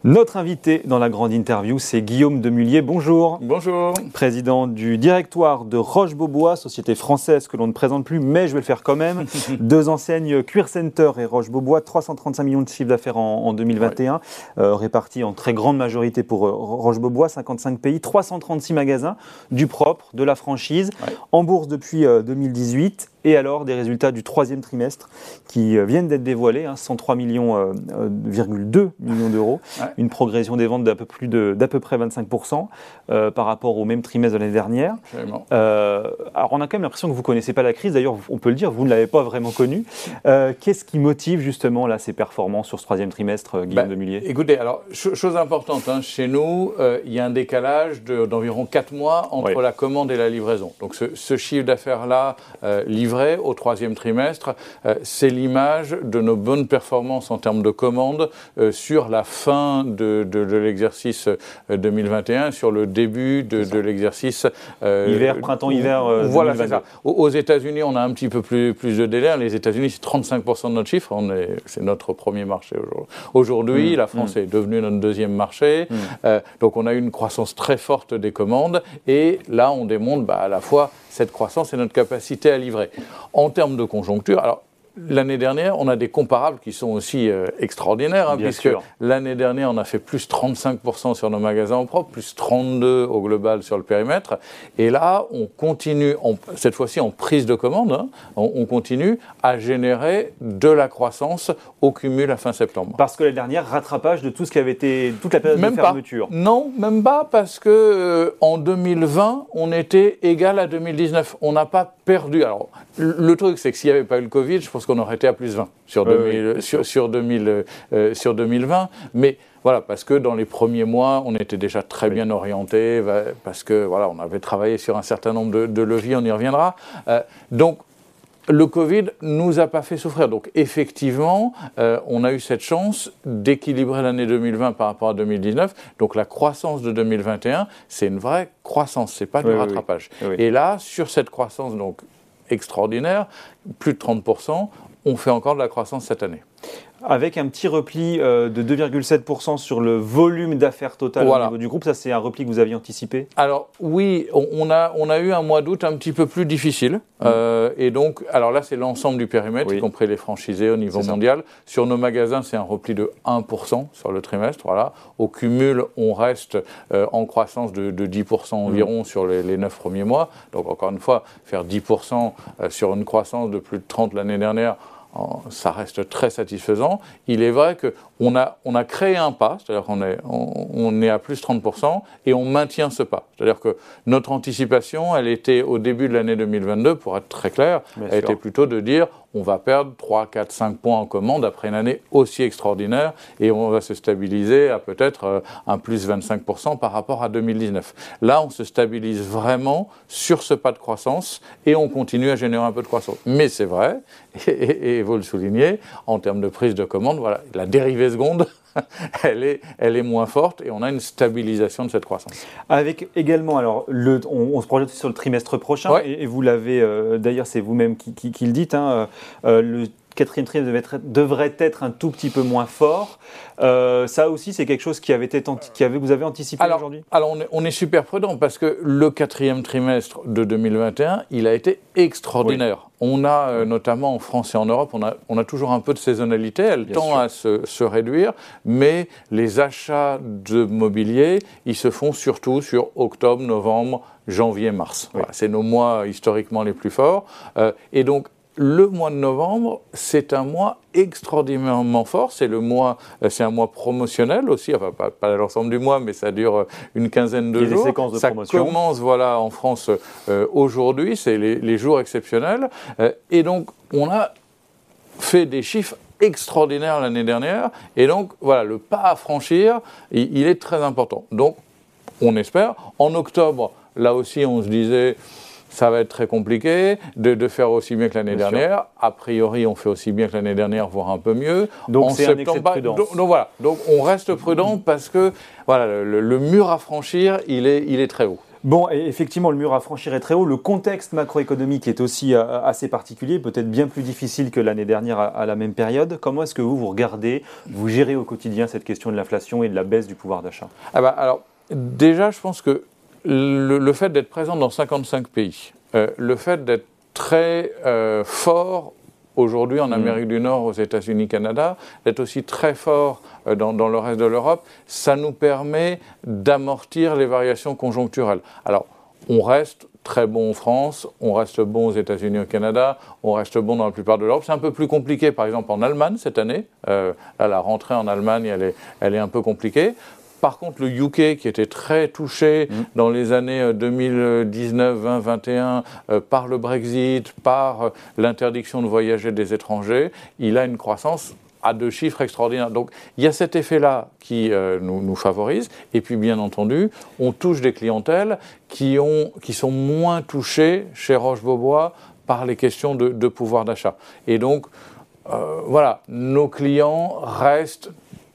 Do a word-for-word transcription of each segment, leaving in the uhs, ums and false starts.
Notre invité dans la grande interview, c'est Guillaume Demullier. Bonjour. Bonjour. Président du directoire de Roche-Beaubois, société française que l'on ne présente plus, mais je vais le faire quand même. Deux enseignes Cuir Center et Roche-Beaubois, trois cent trente-cinq millions de chiffre d'affaires en, en deux mille vingt et un, ouais. euh, répartis en très grande majorité pour euh, Roche-Beaubois, cinquante-cinq pays, trois cent trente-six magasins, du propre, de la franchise, ouais. en bourse depuis euh, deux mille dix-huit. Et alors, des résultats du troisième trimestre qui viennent d'être dévoilés, hein, cent trois virgule deux millions d'euros, ouais. une progression des ventes d'à peu, plus de, d'à peu près vingt-cinq pour cent euh, par rapport au même trimestre de l'année dernière. Euh, alors, on a quand même l'impression que vous ne connaissez pas la crise. D'ailleurs, on peut le dire, vous ne l'avez pas vraiment connue. Euh, qu'est-ce qui motive justement là, ces performances sur ce troisième trimestre, Guillaume bah, Demullier ? Écoutez, alors, ch- chose importante, hein, chez nous, il euh, y a un décalage de, d'environ quatre mois entre ouais. la commande et la livraison. Donc, ce, ce chiffre d'affaires-là, euh, livré au troisième trimestre, euh, c'est l'image de nos bonnes performances en termes de commandes euh, sur la fin de, de, de l'exercice euh, deux mille vingt et un, sur le début de, de l'exercice... Euh, hiver, printemps, hiver euh, Voilà, deux mille vingt-deux. C'est ça. Aux, aux États-Unis, on a un petit peu plus, plus de délai. Les États-Unis, c'est trente-cinq pour cent de notre chiffre. On est, c'est notre premier marché aujourd'hui. Aujourd'hui, mmh, la France mmh. est devenue notre deuxième marché. Mmh. Euh, donc, on a eu une croissance très forte des commandes. Et là, on démontre bah, à la fois cette croissance et notre capacité à livrer. En termes de conjoncture, alors l'année dernière, on a des comparables qui sont aussi euh, extraordinaires, hein, puisque sûr. L'année dernière, on a fait plus trente-cinq pour cent sur nos magasins en propre, plus trente-deux pour cent au global sur le périmètre. Et là, on continue, on, cette fois-ci en prise de commande, hein, on, on continue à générer de la croissance au cumul à fin septembre. Parce que l'année dernière, rattrapage de tout ce qui avait été, toute la période même de fermeture. Pas. Non, même pas, parce que euh, en deux mille vingt, on était égal à deux mille dix-neuf. On n'a pas perdu. Alors, le truc, c'est que s'il n'y avait pas eu le Covid, je pense qu'on aurait été à plus vingt sur, deux mille, oui, sur, sur, deux mille, euh, sur deux mille vingt. Mais voilà, parce que dans les premiers mois, on était déjà très oui. bien orienté, parce que voilà, on avait travaillé sur un certain nombre de, de leviers, on y reviendra. Euh, donc, le Covid ne nous a pas fait souffrir. Donc, effectivement, euh, on a eu cette chance d'équilibrer l'année deux mille vingt par rapport à deux mille dix-neuf. Donc, la croissance de deux mille vingt et un, c'est une vraie croissance, ce n'est pas oui, du rattrapage. Oui. Oui. Et là, sur cette croissance donc, extraordinaire, plus de trente pour cent, on fait encore de la croissance cette année. Avec un petit repli euh, de deux virgule sept pour cent sur le volume d'affaires total voilà. au niveau du groupe. Ça, c'est un repli que vous aviez anticipé ? Alors, oui, on, on, a, on a eu un mois d'août un petit peu plus difficile. Mmh. Euh, et donc, alors là, c'est l'ensemble du périmètre, oui. y compris les franchisés au niveau c'est mondial. Ça. Sur nos magasins, c'est un repli de un pour cent sur le trimestre. Voilà. Au cumul, on reste euh, en croissance de, de dix pour cent environ mmh. sur les, les neuf premiers mois. Donc, encore une fois, faire dix pour cent euh, sur une croissance de plus de trente pour cent l'année dernière, ça reste très satisfaisant. Il est vrai qu'on a, on a créé un pas, c'est-à-dire qu'on est, on, on est à plus trente pour cent et on maintient ce pas. C'est-à-dire que notre anticipation, elle était au début de l'année deux mille vingt-deux, pour être très clair, Bien elle sûr. était plutôt de dire on va perdre trois, quatre, cinq points en commande après une année aussi extraordinaire et on va se stabiliser à peut-être un plus vingt-cinq pour cent par rapport à deux mille dix-neuf. Là, on se stabilise vraiment sur ce pas de croissance et on continue à générer un peu de croissance. Mais c'est vrai, et, et, et vous le soulignez, en termes de prise de commande, voilà, la dérivée seconde, elle est, elle est moins forte et on a une stabilisation de cette croissance. Avec également, alors, le, on, on se projette sur le trimestre prochain, ouais. et, et vous l'avez, euh, d'ailleurs, c'est vous-même qui, qui, qui le dites, hein, euh, le quatrième trimestre devait être, devrait être un tout petit peu moins fort. Euh, ça aussi, c'est quelque chose qui avait été, qui avait, vous avez anticipé alors, aujourd'hui ? Alors, on est, on est super prudent parce que le quatrième trimestre de deux mille vingt et un, il a été extraordinaire. Oui. On a, euh, notamment en France et en Europe, on a, on a toujours un peu de saisonnalité, elle Bien tend sûr. à se, se réduire, mais les achats de mobilier, ils se font surtout sur octobre, novembre, janvier, mars. Oui. Voilà, c'est nos mois historiquement les plus forts. Euh, et donc, le mois de novembre, c'est un mois extraordinairement fort. C'est le mois, c'est un mois promotionnel aussi. Enfin, pas, pas l'ensemble du mois, mais ça dure une quinzaine de Il y a jours. Des séquences de ça promotion. commence, voilà, en France euh, aujourd'hui. C'est les, les jours exceptionnels. Euh, et donc, on a fait des chiffres extraordinaires l'année dernière. Et donc, voilà, le pas à franchir, il, il est très important. Donc, on espère. En octobre, là aussi, on se disait... Ça va être très compliqué de, de faire aussi bien que l'année bien dernière. Sûr. A priori, on fait aussi bien que l'année dernière, voire un peu mieux. Donc, en c'est septembre, un excès de prudence. Donc, donc, voilà. Donc, on reste prudent parce que voilà, le, le mur à franchir, il est, il est très haut. Bon, et effectivement, le mur à franchir est très haut. Le contexte macroéconomique est aussi euh, assez particulier, peut-être bien plus difficile que l'année dernière à, à la même période. Comment est-ce que vous, vous regardez, vous gérez au quotidien cette question de l'inflation et de la baisse du pouvoir d'achat? Ah bah, alors, déjà, je pense que le, le fait d'être présent dans cinquante-cinq pays, euh, le fait d'être très euh, fort aujourd'hui en Amérique mmh. du Nord, aux États-Unis, Canada, d'être aussi très fort euh, dans, dans le reste de l'Europe, ça nous permet d'amortir les variations conjoncturelles. Alors, on reste très bon en France, on reste bon aux États-Unis, au Canada, on reste bon dans la plupart de l'Europe. C'est un peu plus compliqué, par exemple, en Allemagne cette année. Euh, là, la rentrée en Allemagne, elle est, elle est un peu compliquée. Par contre, le U K, qui était très touché mmh. dans les années deux mille dix-neuf, vingt, vingt et un euh, par le Brexit, par euh, l'interdiction de voyager des étrangers, il a une croissance à deux chiffres extraordinaires. Donc, il y a cet effet-là qui euh, nous, nous favorise. Et puis, bien entendu, on touche des clientèles qui, ont, qui sont moins touchées chez Roche-Beaubois par les questions de, de pouvoir d'achat. Et donc, euh, voilà, nos clients restent...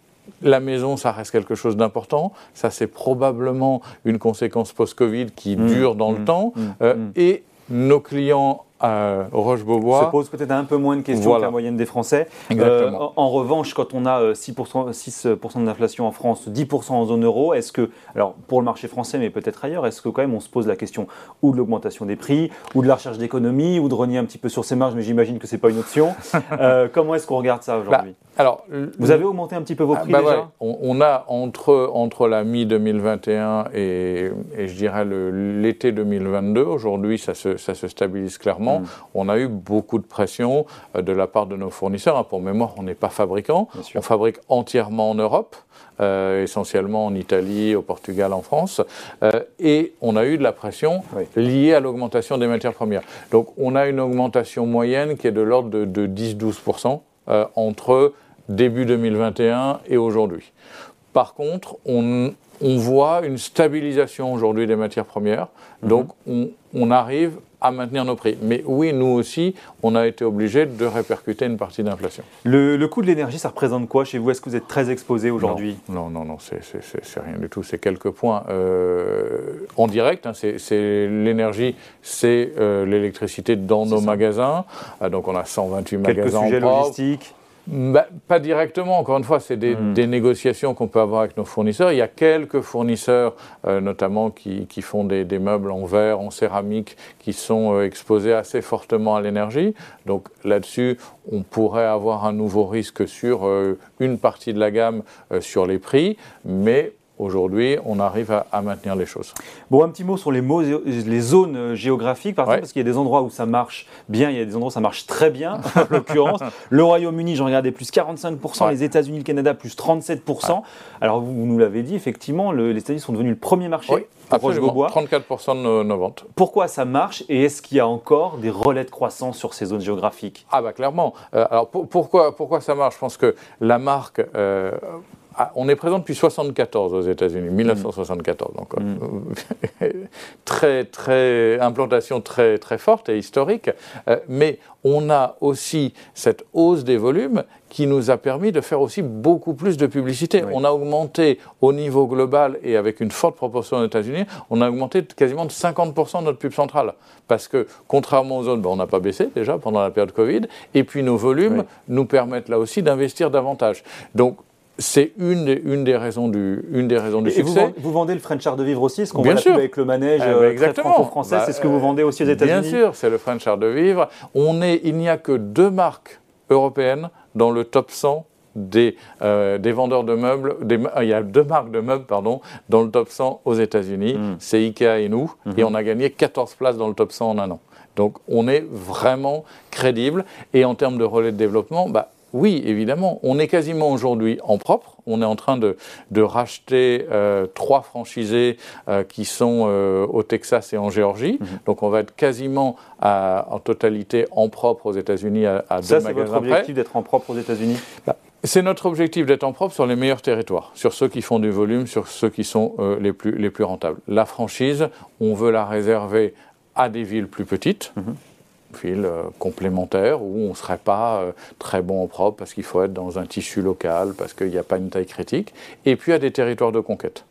La maison, ça reste quelque chose d'important. Ça, c'est probablement une conséquence post-Covid qui mmh, dure dans mmh, le temps. Mmh, euh, mmh. Et nos clients à Roche-Beaubois se posent peut-être un peu moins de questions voilà. que la moyenne des Français. Exactement. Euh, en, en revanche, quand on a six pour cent, six pour cent d'inflation en France, dix pour cent en zone euro, est-ce que, alors pour le marché français, mais peut-être ailleurs, est-ce que quand même on se pose la question ou de l'augmentation des prix, ou de la recherche d'économie, ou de renier un petit peu sur ses marges, mais j'imagine que ce n'est pas une option. euh, comment est-ce qu'on regarde ça aujourd'hui? bah, alors, Vous le... avez augmenté un petit peu vos prix bah, déjà ouais. on, on a entre, entre la mi-deux mille vingt et un et, et je dirais le, l'été deux mille vingt-deux, aujourd'hui ça se, ça se stabilise clairement. Mmh. On a eu beaucoup de pression euh, de la part de nos fournisseurs. Hein, pour mémoire, on n'est pas fabricant. On fabrique entièrement en Europe, euh, essentiellement en Italie, au Portugal, en France. Euh, et on a eu de la pression oui. liée à l'augmentation des matières premières. Donc, on a une augmentation moyenne qui est de l'ordre de, de dix à douze pour cent euh, entre début deux mille vingt et un et aujourd'hui. Par contre, on, on voit une stabilisation aujourd'hui des matières premières. Mm-hmm. Donc, on, on arrive à maintenir nos prix. Mais oui, nous aussi, on a été obligés de répercuter une partie d'inflation. Le, le coût de l'énergie, ça représente quoi chez vous? Est-ce que vous êtes très exposé aujourd'hui? Non, non, non, non c'est, c'est, c'est, c'est rien du tout. C'est quelques points euh, en direct. Hein, c'est, c'est l'énergie, c'est euh, l'électricité dans c'est nos ça. magasins. Ah, donc on a cent vingt-huit quelques magasins sujets en logistiques. Bah, pas directement, encore une fois, c'est des, mmh. des négociations qu'on peut avoir avec nos fournisseurs. Il y a quelques fournisseurs, euh, notamment, qui, qui font des, des meubles en verre, en céramique, qui sont euh, exposés assez fortement à l'énergie. Donc là-dessus, on pourrait avoir un nouveau risque sur euh, une partie de la gamme, euh, sur les prix, mais aujourd'hui, on arrive à, à maintenir les choses. Bon, un petit mot sur les, mots, les zones géographiques, par exemple, ouais. parce qu'il y a des endroits où ça marche bien, il y a des endroits où ça marche très bien, en l'occurrence. Le Royaume-Uni, j'en regardais, plus quarante-cinq pour cent, ouais. les États-Unis, le Canada, plus trente-sept pour cent. Ouais. Alors, vous, vous nous l'avez dit, effectivement, le, les États-Unis sont devenus le premier marché oui, pour Roche-Beaubois. trente-quatre pour cent de nos, nos ventes. Pourquoi ça marche et est-ce qu'il y a encore des relais de croissance sur ces zones géographiques? Ah bah clairement. Euh, alors, pour, pourquoi, pourquoi ça marche? Je pense que la marque... Euh, Ah, on est présent depuis soixante-quatorze aux États-Unis, dix-neuf cent soixante-quatorze. Donc, mmh. euh, très, très, implantation très, très forte et historique. Euh, mais on a aussi cette hausse des volumes qui nous a permis de faire aussi beaucoup plus de publicité. Oui. On a augmenté au niveau global et avec une forte proportion aux États-Unis, on a augmenté quasiment de cinquante pour cent notre pub centrale. Parce que, contrairement aux autres, ben, on n'a pas baissé déjà pendant la période Covid. Et puis nos volumes oui. nous permettent là aussi d'investir davantage. Donc, c'est une des, une des raisons du, une des raisons du et succès. Vous, vous vendez le French Art de Vivre aussi, ce qu'on bien voit sûr. avec le manège eh ben très franco-français, bah, c'est ce que vous vendez aussi aux États-Unis? Bien sûr, c'est le French Art de Vivre. On est, il n'y a que deux marques européennes dans le top cent des, euh, des vendeurs de meubles. Des, il y a deux marques de meubles pardon, dans le top cent aux États-Unis. Mm. C'est Ikea et nous. Mm-hmm. Et on a gagné quatorze places dans le top cent en un an. Donc on est vraiment crédible. Et en termes de relais de développement, bah, oui, évidemment. On est quasiment aujourd'hui en propre. On est en train de, de racheter euh, trois franchisés euh, qui sont euh, au Texas et en Géorgie. Mmh. Donc, on va être quasiment à, en totalité en propre aux États-Unis à, à deux magasins près. Ça, c'est votre objectif d'être en propre aux États-Unis? bah, C'est notre objectif d'être en propre sur les meilleurs territoires, sur ceux qui font du volume, sur ceux qui sont euh, les plus, les plus rentables. La franchise, on veut la réserver à des villes plus petites. Mmh. Villes euh, complémentaires où on ne serait pas euh, très bon en propre parce qu'il faut être dans un tissu local, parce qu'il n'y a pas une taille critique, et puis à des territoires de conquête.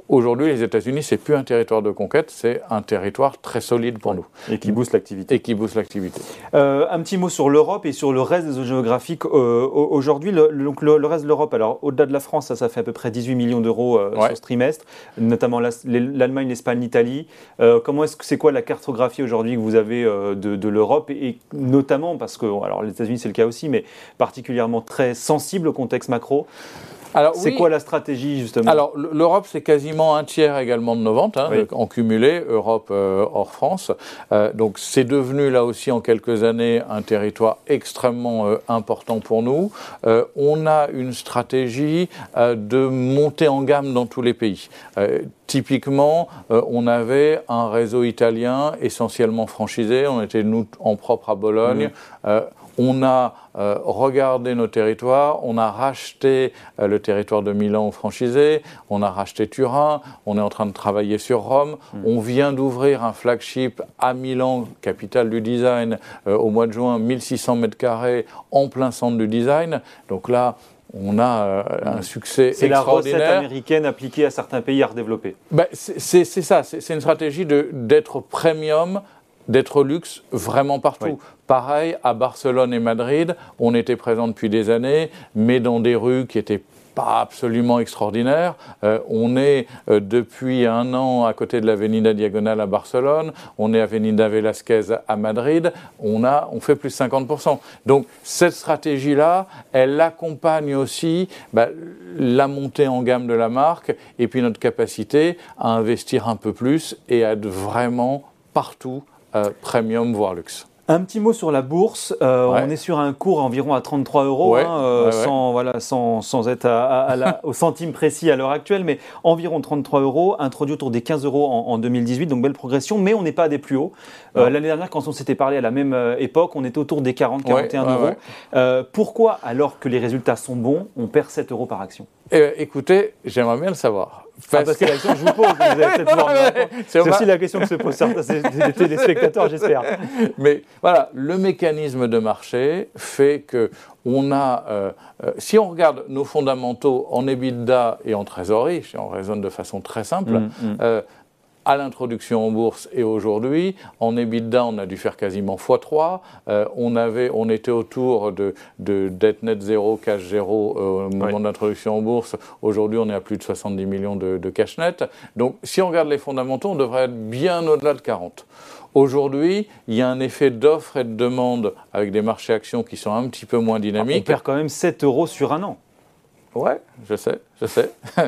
Aujourd'hui, les États-Unis, c'est plus un territoire de conquête, c'est un territoire très solide pour nous. Et qui booste l'activité. Et qui booste l'activité. Euh, un petit mot sur l'Europe et sur le reste des zones géographiques. Euh, aujourd'hui, le, le, le reste de l'Europe, alors au-delà de la France, ça, ça fait à peu près dix-huit millions d'euros euh, ouais. sur ce trimestre, notamment la, l'Allemagne, l'Espagne, l'Italie. Euh, comment est-ce que c'est quoi la cartographie aujourd'hui que vous avez euh, de, de l'Europe et, et notamment parce que, alors les États-Unis c'est le cas aussi, mais particulièrement très sensible au contexte macro. Alors, c'est oui. quoi la stratégie justement? Alors l'Europe c'est quasiment un tiers également de nos ventes hein, oui. en cumulé, Europe euh, hors France. Euh, donc c'est devenu là aussi en quelques années un territoire extrêmement euh, important pour nous. Euh, on a une stratégie euh, de montée en gamme dans tous les pays. Euh, Typiquement, euh, on avait un réseau italien essentiellement franchisé. On était nous en propre à Bologne. Mmh. Euh, On a euh, regardé nos territoires, on a racheté euh, le territoire de Milan aux franchisés, on a racheté Turin, on est en train de travailler sur Rome, mmh. on vient d'ouvrir un flagship à Milan, capitale du design, euh, au mois de juin, mille six cents mètres carrés en plein centre du design. Donc là, on a euh, un succès c'est extraordinaire. C'est la recette américaine appliquée à certains pays à redévelopper. Ben, c'est, c'est, c'est ça, c'est, c'est une stratégie de, d'être premium, d'être luxe vraiment partout. Oui. Pareil, à Barcelone et Madrid, on était présents depuis des années, mais dans des rues qui n'étaient pas absolument extraordinaires. Euh, on est euh, depuis un an à côté de l'Avenida Diagonal à Barcelone, on est à Avenida Velázquez à Madrid, on, a, on fait plus de cinquante pour cent. Donc cette stratégie-là, elle accompagne aussi bah, la montée en gamme de la marque et puis notre capacité à investir un peu plus et à être vraiment partout euh, premium, voire luxe. Un petit mot sur la bourse. Euh, ouais. On est sur un cours environ à trente-trois euros, ouais, hein, euh, ouais, sans, ouais. Voilà, sans, sans être à, à, à la, au centime précis à l'heure actuelle, mais environ trente-trois euros, introduit autour des quinze euros en, en deux mille dix-huit, donc belle progression, mais on n'est pas à des plus hauts. Euh, l'année dernière, quand on s'était parlé à la même euh, époque, on était autour des quarante à quarante et un euros. Euh, pourquoi, alors que les résultats sont bons, on perd sept euros par action? Eh, écoutez, j'aimerais bien le savoir. Parce, ah, parce que la question que je vous pose, vous allez peut-être voir. C'est aussi la question que se posent certains des téléspectateurs, j'espère. Mais voilà, le mécanisme de marché fait que on a, euh, euh, si on regarde nos fondamentaux en EBITDA et en trésorerie, si on raisonne de façon très simple, mmh, mmh. Euh, à l'introduction en bourse et aujourd'hui, en EBITDA, on a dû faire quasiment fois trois. Euh, on, avait, on était autour de, de dette net zéro, cash zéro euh, au moment oui. d'introduction en bourse. Aujourd'hui, on est à plus de soixante-dix millions de, de cash net. Donc, si on regarde les fondamentaux, on devrait être bien au-delà de quarante. Aujourd'hui, il y a un effet d'offre et de demande avec des marchés actions qui sont un petit peu moins dynamiques. On perd quand même sept euros sur un an. Ouais, je sais, je sais.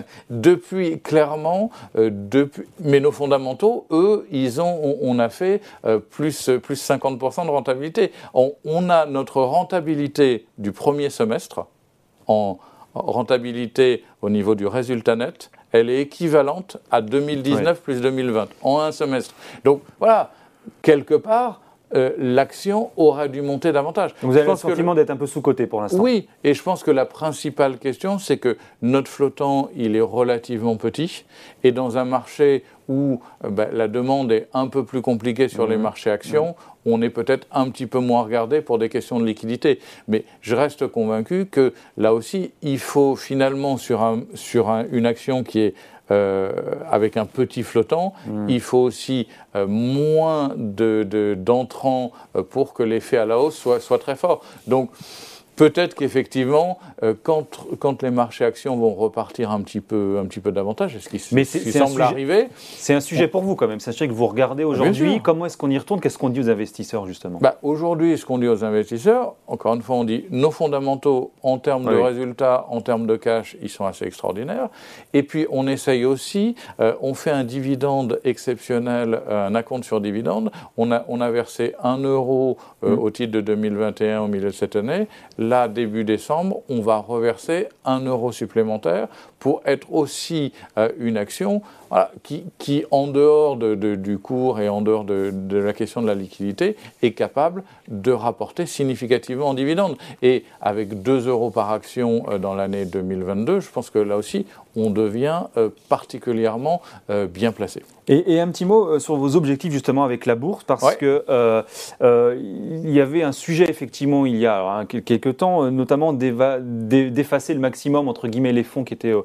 Depuis, clairement, euh, depuis, mais nos fondamentaux, eux, ils ont, on, on a fait euh, plus, plus cinquante pour cent de rentabilité. On, on a notre rentabilité du premier semestre, en rentabilité au niveau du résultat net, elle est équivalente à deux mille dix-neuf ouais. plus deux mille vingt, en un semestre. Donc, voilà, quelque part, Euh, l'action aurait dû monter davantage. Donc vous avez le sentiment le... d'être un peu sous-coté pour l'instant. Oui, et je pense que la principale question, c'est que notre flottant, il est relativement petit, et dans un marché où euh, bah, la demande est un peu plus compliquée sur mmh. les marchés actions, mmh. on est peut-être un petit peu moins regardé pour des questions de liquidité. Mais je reste convaincu que là aussi, il faut finalement, sur, un, sur un, une action qui est Euh, avec un petit flottant, mmh. il faut aussi euh, moins de, de, d'entrants euh, pour que l'effet à la hausse soit, soit très fort. Donc, peut-être qu'effectivement, euh, quand, quand les marchés actions vont repartir un petit peu, un petit peu davantage, ce qui, Mais c'est, c'est, qui c'est semble sujet, arriver... C'est un sujet pour vous quand même, sachez que vous regardez aujourd'hui, comment est-ce qu'on y retourne, qu'est-ce qu'on dit aux investisseurs justement? Bah, aujourd'hui, ce qu'on dit aux investisseurs, encore une fois, on dit nos fondamentaux en termes oui. de résultats, en termes de cash, ils sont assez extraordinaires. Et puis, on essaye aussi, euh, on fait un dividende exceptionnel, euh, un acompte sur dividende. On a, on a versé un euro euh, mmh. au titre de deux mille vingt et un au milieu de cette année. Là, début décembre, on va reverser un euro supplémentaire pour être aussi euh, une action voilà, qui, qui, en dehors de, de, du cours et en dehors de, de la question de la liquidité, est capable de rapporter significativement en dividendes. Et avec deux euros par action euh, dans l'année deux mille vingt-deux, je pense que là aussi, on devient euh, particulièrement euh, bien placé. Et, et un petit mot sur vos objectifs justement avec la bourse, parce ouais. que euh, euh, il y avait un sujet effectivement il y a alors, hein, quelques temps, notamment d'effacer le maximum entre guillemets les fonds qui étaient au,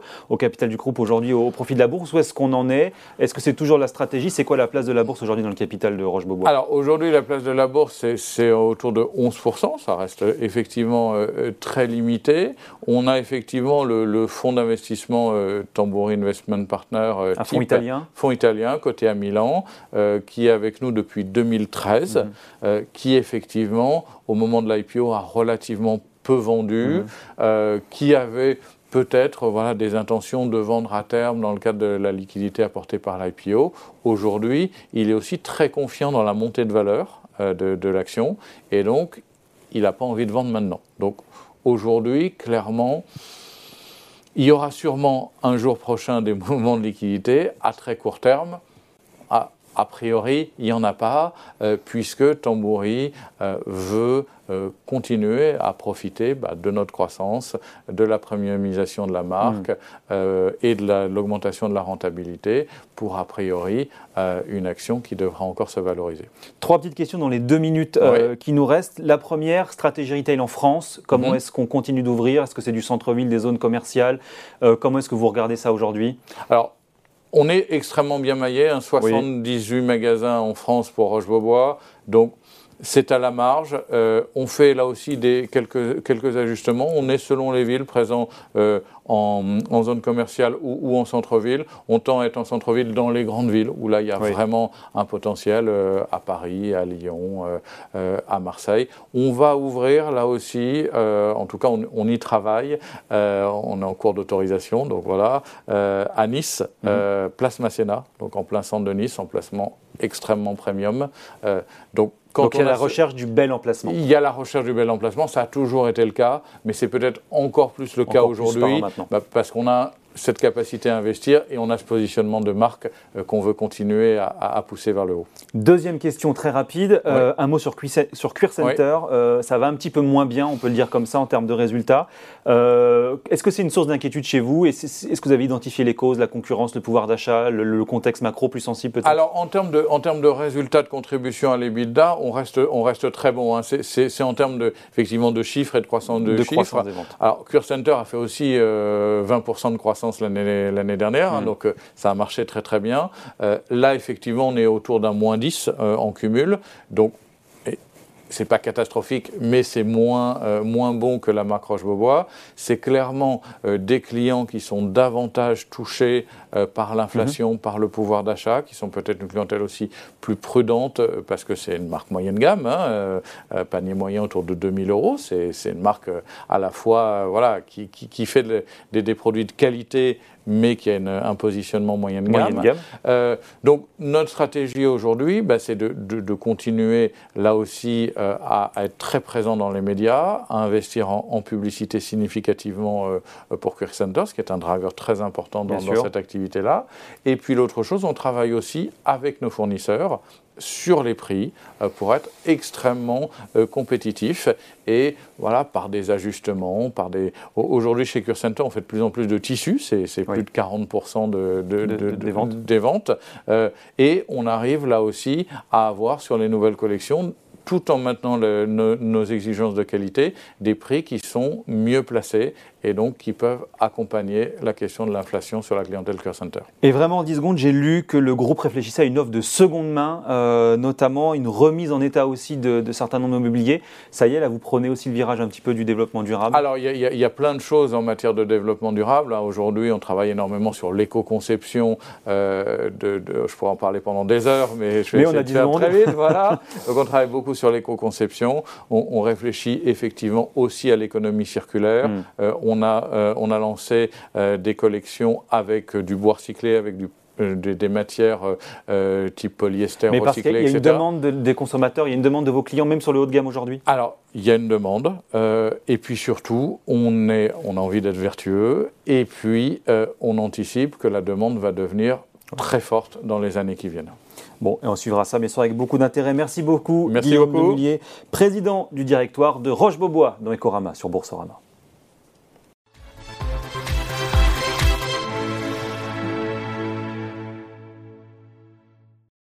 au capital du groupe aujourd'hui au, au profit de la bourse. Où est-ce qu'on en est? Est-ce que c'est toujours la stratégie? C'est quoi la place de la bourse aujourd'hui dans le capital de Roche-Beaubois? Alors aujourd'hui, la place de la bourse, c'est autour de onze pour cent. Ça reste effectivement euh, très limité. On a effectivement le, le fonds d'investissement euh, Tamburi Investment Partner. Euh, Un fonds italien Fonds italien, coté à Milan, euh, qui est avec nous depuis deux mille treize, mmh. euh, qui effectivement, au moment de l'I P O, a relativement peu vendu, mmh. euh, qui avait peut-être voilà, des intentions de vendre à terme dans le cadre de la liquidité apportée par l'I P O. Aujourd'hui, il est aussi très confiant dans la montée de valeur euh, de, de l'action, et donc il n'a pas envie de vendre maintenant. Donc aujourd'hui, clairement, il y aura sûrement un jour prochain des mouvements de liquidité à très court terme. À, a priori, il n'y en a pas, euh, puisque Tamburi euh, veut euh, continuer à profiter bah, de notre croissance, de la premiumisation de la marque mmh. euh, et de l'augmentation de la rentabilité pour, a priori, euh, une action qui devra encore se valoriser. Trois petites questions dans les deux minutes euh, oui. qui nous restent. La première, stratégie retail en France. Comment mmh. est-ce qu'on continue d'ouvrir? Est-ce que c'est du centre-ville, des zones commerciales? euh, Comment est-ce que vous regardez ça aujourd'hui? Alors, on est extrêmement bien maillé, hein, soixante-dix-huit oui. magasins en France pour Roche-Beaubois, donc c'est à la marge. Euh, on fait là aussi des, quelques, quelques ajustements. On est selon les villes présents euh, en, en zone commerciale ou, ou en centre-ville. On tend à être en centre-ville dans les grandes villes où là il y a oui. vraiment un potentiel euh, à Paris, à Lyon, euh, euh, à Marseille. On va ouvrir là aussi, euh, en tout cas on, on y travaille, euh, on est en cours d'autorisation, donc voilà, euh, à Nice, mm-hmm. euh, place Masséna, donc en plein centre de Nice, emplacement extrêmement premium. Euh, donc Quand Donc il y a la recherche du bel emplacement. Il y a la recherche du bel emplacement, ça a toujours été le cas, mais c'est peut-être encore plus le encore cas aujourd'hui, bah, parce qu'on a cette capacité à investir et on a ce positionnement de marque euh, qu'on veut continuer à, à pousser vers le haut. Deuxième question très rapide, euh, oui. un mot sur, sur Queer Center. Oui. Euh, ça va un petit peu moins bien, on peut le dire comme ça, en termes de résultats. Euh, Est-ce que c'est une source d'inquiétude chez vous? Est-ce est que vous avez identifié les causes, la concurrence, le pouvoir d'achat, le, le contexte macro plus sensible peut-être? Alors en termes de, en termes de résultats de contribution à l'EBITDA, on reste, on reste très bon. Hein. C'est en termes de, effectivement, de chiffres et de croissance de, de chiffres. Croissance des ventes. Alors Queer Center a fait aussi euh, vingt pour cent de croissance l'année dernière, mmh. hein, donc euh, ça a marché très très bien. Euh, là, effectivement, on est autour d'un moins dix euh, en cumul, donc c'est pas catastrophique, mais c'est moins, euh, moins bon que la marque Roche-Beaubois. C'est clairement euh, des clients qui sont davantage touchés euh, par l'inflation, mmh. par le pouvoir d'achat, qui sont peut-être une clientèle aussi plus prudente, euh, parce que c'est une marque moyenne gamme, hein, euh, euh, panier moyen autour de deux mille euros. C'est une marque euh, à la fois euh, voilà, qui, qui, qui fait de, des, des produits de qualité, mais qui a une, un positionnement moyenne gamme. Moyenne gamme. Euh, donc notre stratégie aujourd'hui, bah, c'est de, de, de continuer là aussi euh, à, à être très présent dans les médias, à investir en, en publicité significativement euh, pour Queer Center, ce qui est un driver très important dans, dans cette activité-là. Et puis l'autre chose, on travaille aussi avec nos fournisseurs sur les prix euh, pour être extrêmement euh, compétitif et voilà, par des ajustements, par des... Aujourd'hui chez Queer Center on fait de plus en plus de tissus, c'est oui. plus de quarante pour cent de, de, de, de, de, des ventes, des ventes euh, et on arrive là aussi à avoir sur les nouvelles collections, tout en maintenant le, nos, nos exigences de qualité, des prix qui sont mieux placés et donc qui peuvent accompagner la question de l'inflation sur la clientèle Queer Center. Et vraiment en dix secondes, j'ai lu que le groupe réfléchissait à une offre de seconde main, euh, notamment une remise en état aussi de, de certains noms immobiliers. Ça y est, là vous prenez aussi le virage un petit peu du développement durable. Alors il y, y, y a plein de choses en matière de développement durable. Aujourd'hui, on travaille énormément sur l'éco-conception. Euh, de, de, je pourrais en parler pendant des heures, mais je vais mais essayer de faire très vite. Voilà. Donc on travaille beaucoup sur l'éco-conception. On, on réfléchit effectivement aussi à l'économie circulaire. Mm. Euh, On a, euh, on a lancé euh, des collections avec euh, du bois recyclé, avec du, euh, des, des matières euh, type polyester Mais recyclé, parce qu'il y a une et cetera. demande de, des consommateurs, il y a une demande de vos clients, même sur le haut de gamme aujourd'hui? Alors, il y a une demande, euh, et puis surtout, on, est, on a envie d'être vertueux, et puis euh, on anticipe que la demande va devenir très forte dans les années qui viennent. Bon, et on suivra ça bien sûr avec beaucoup d'intérêt. Merci beaucoup, Merci Guillaume beaucoup. Demullier, président du directoire de Roche-Beaubois dans Ecorama sur Boursorama.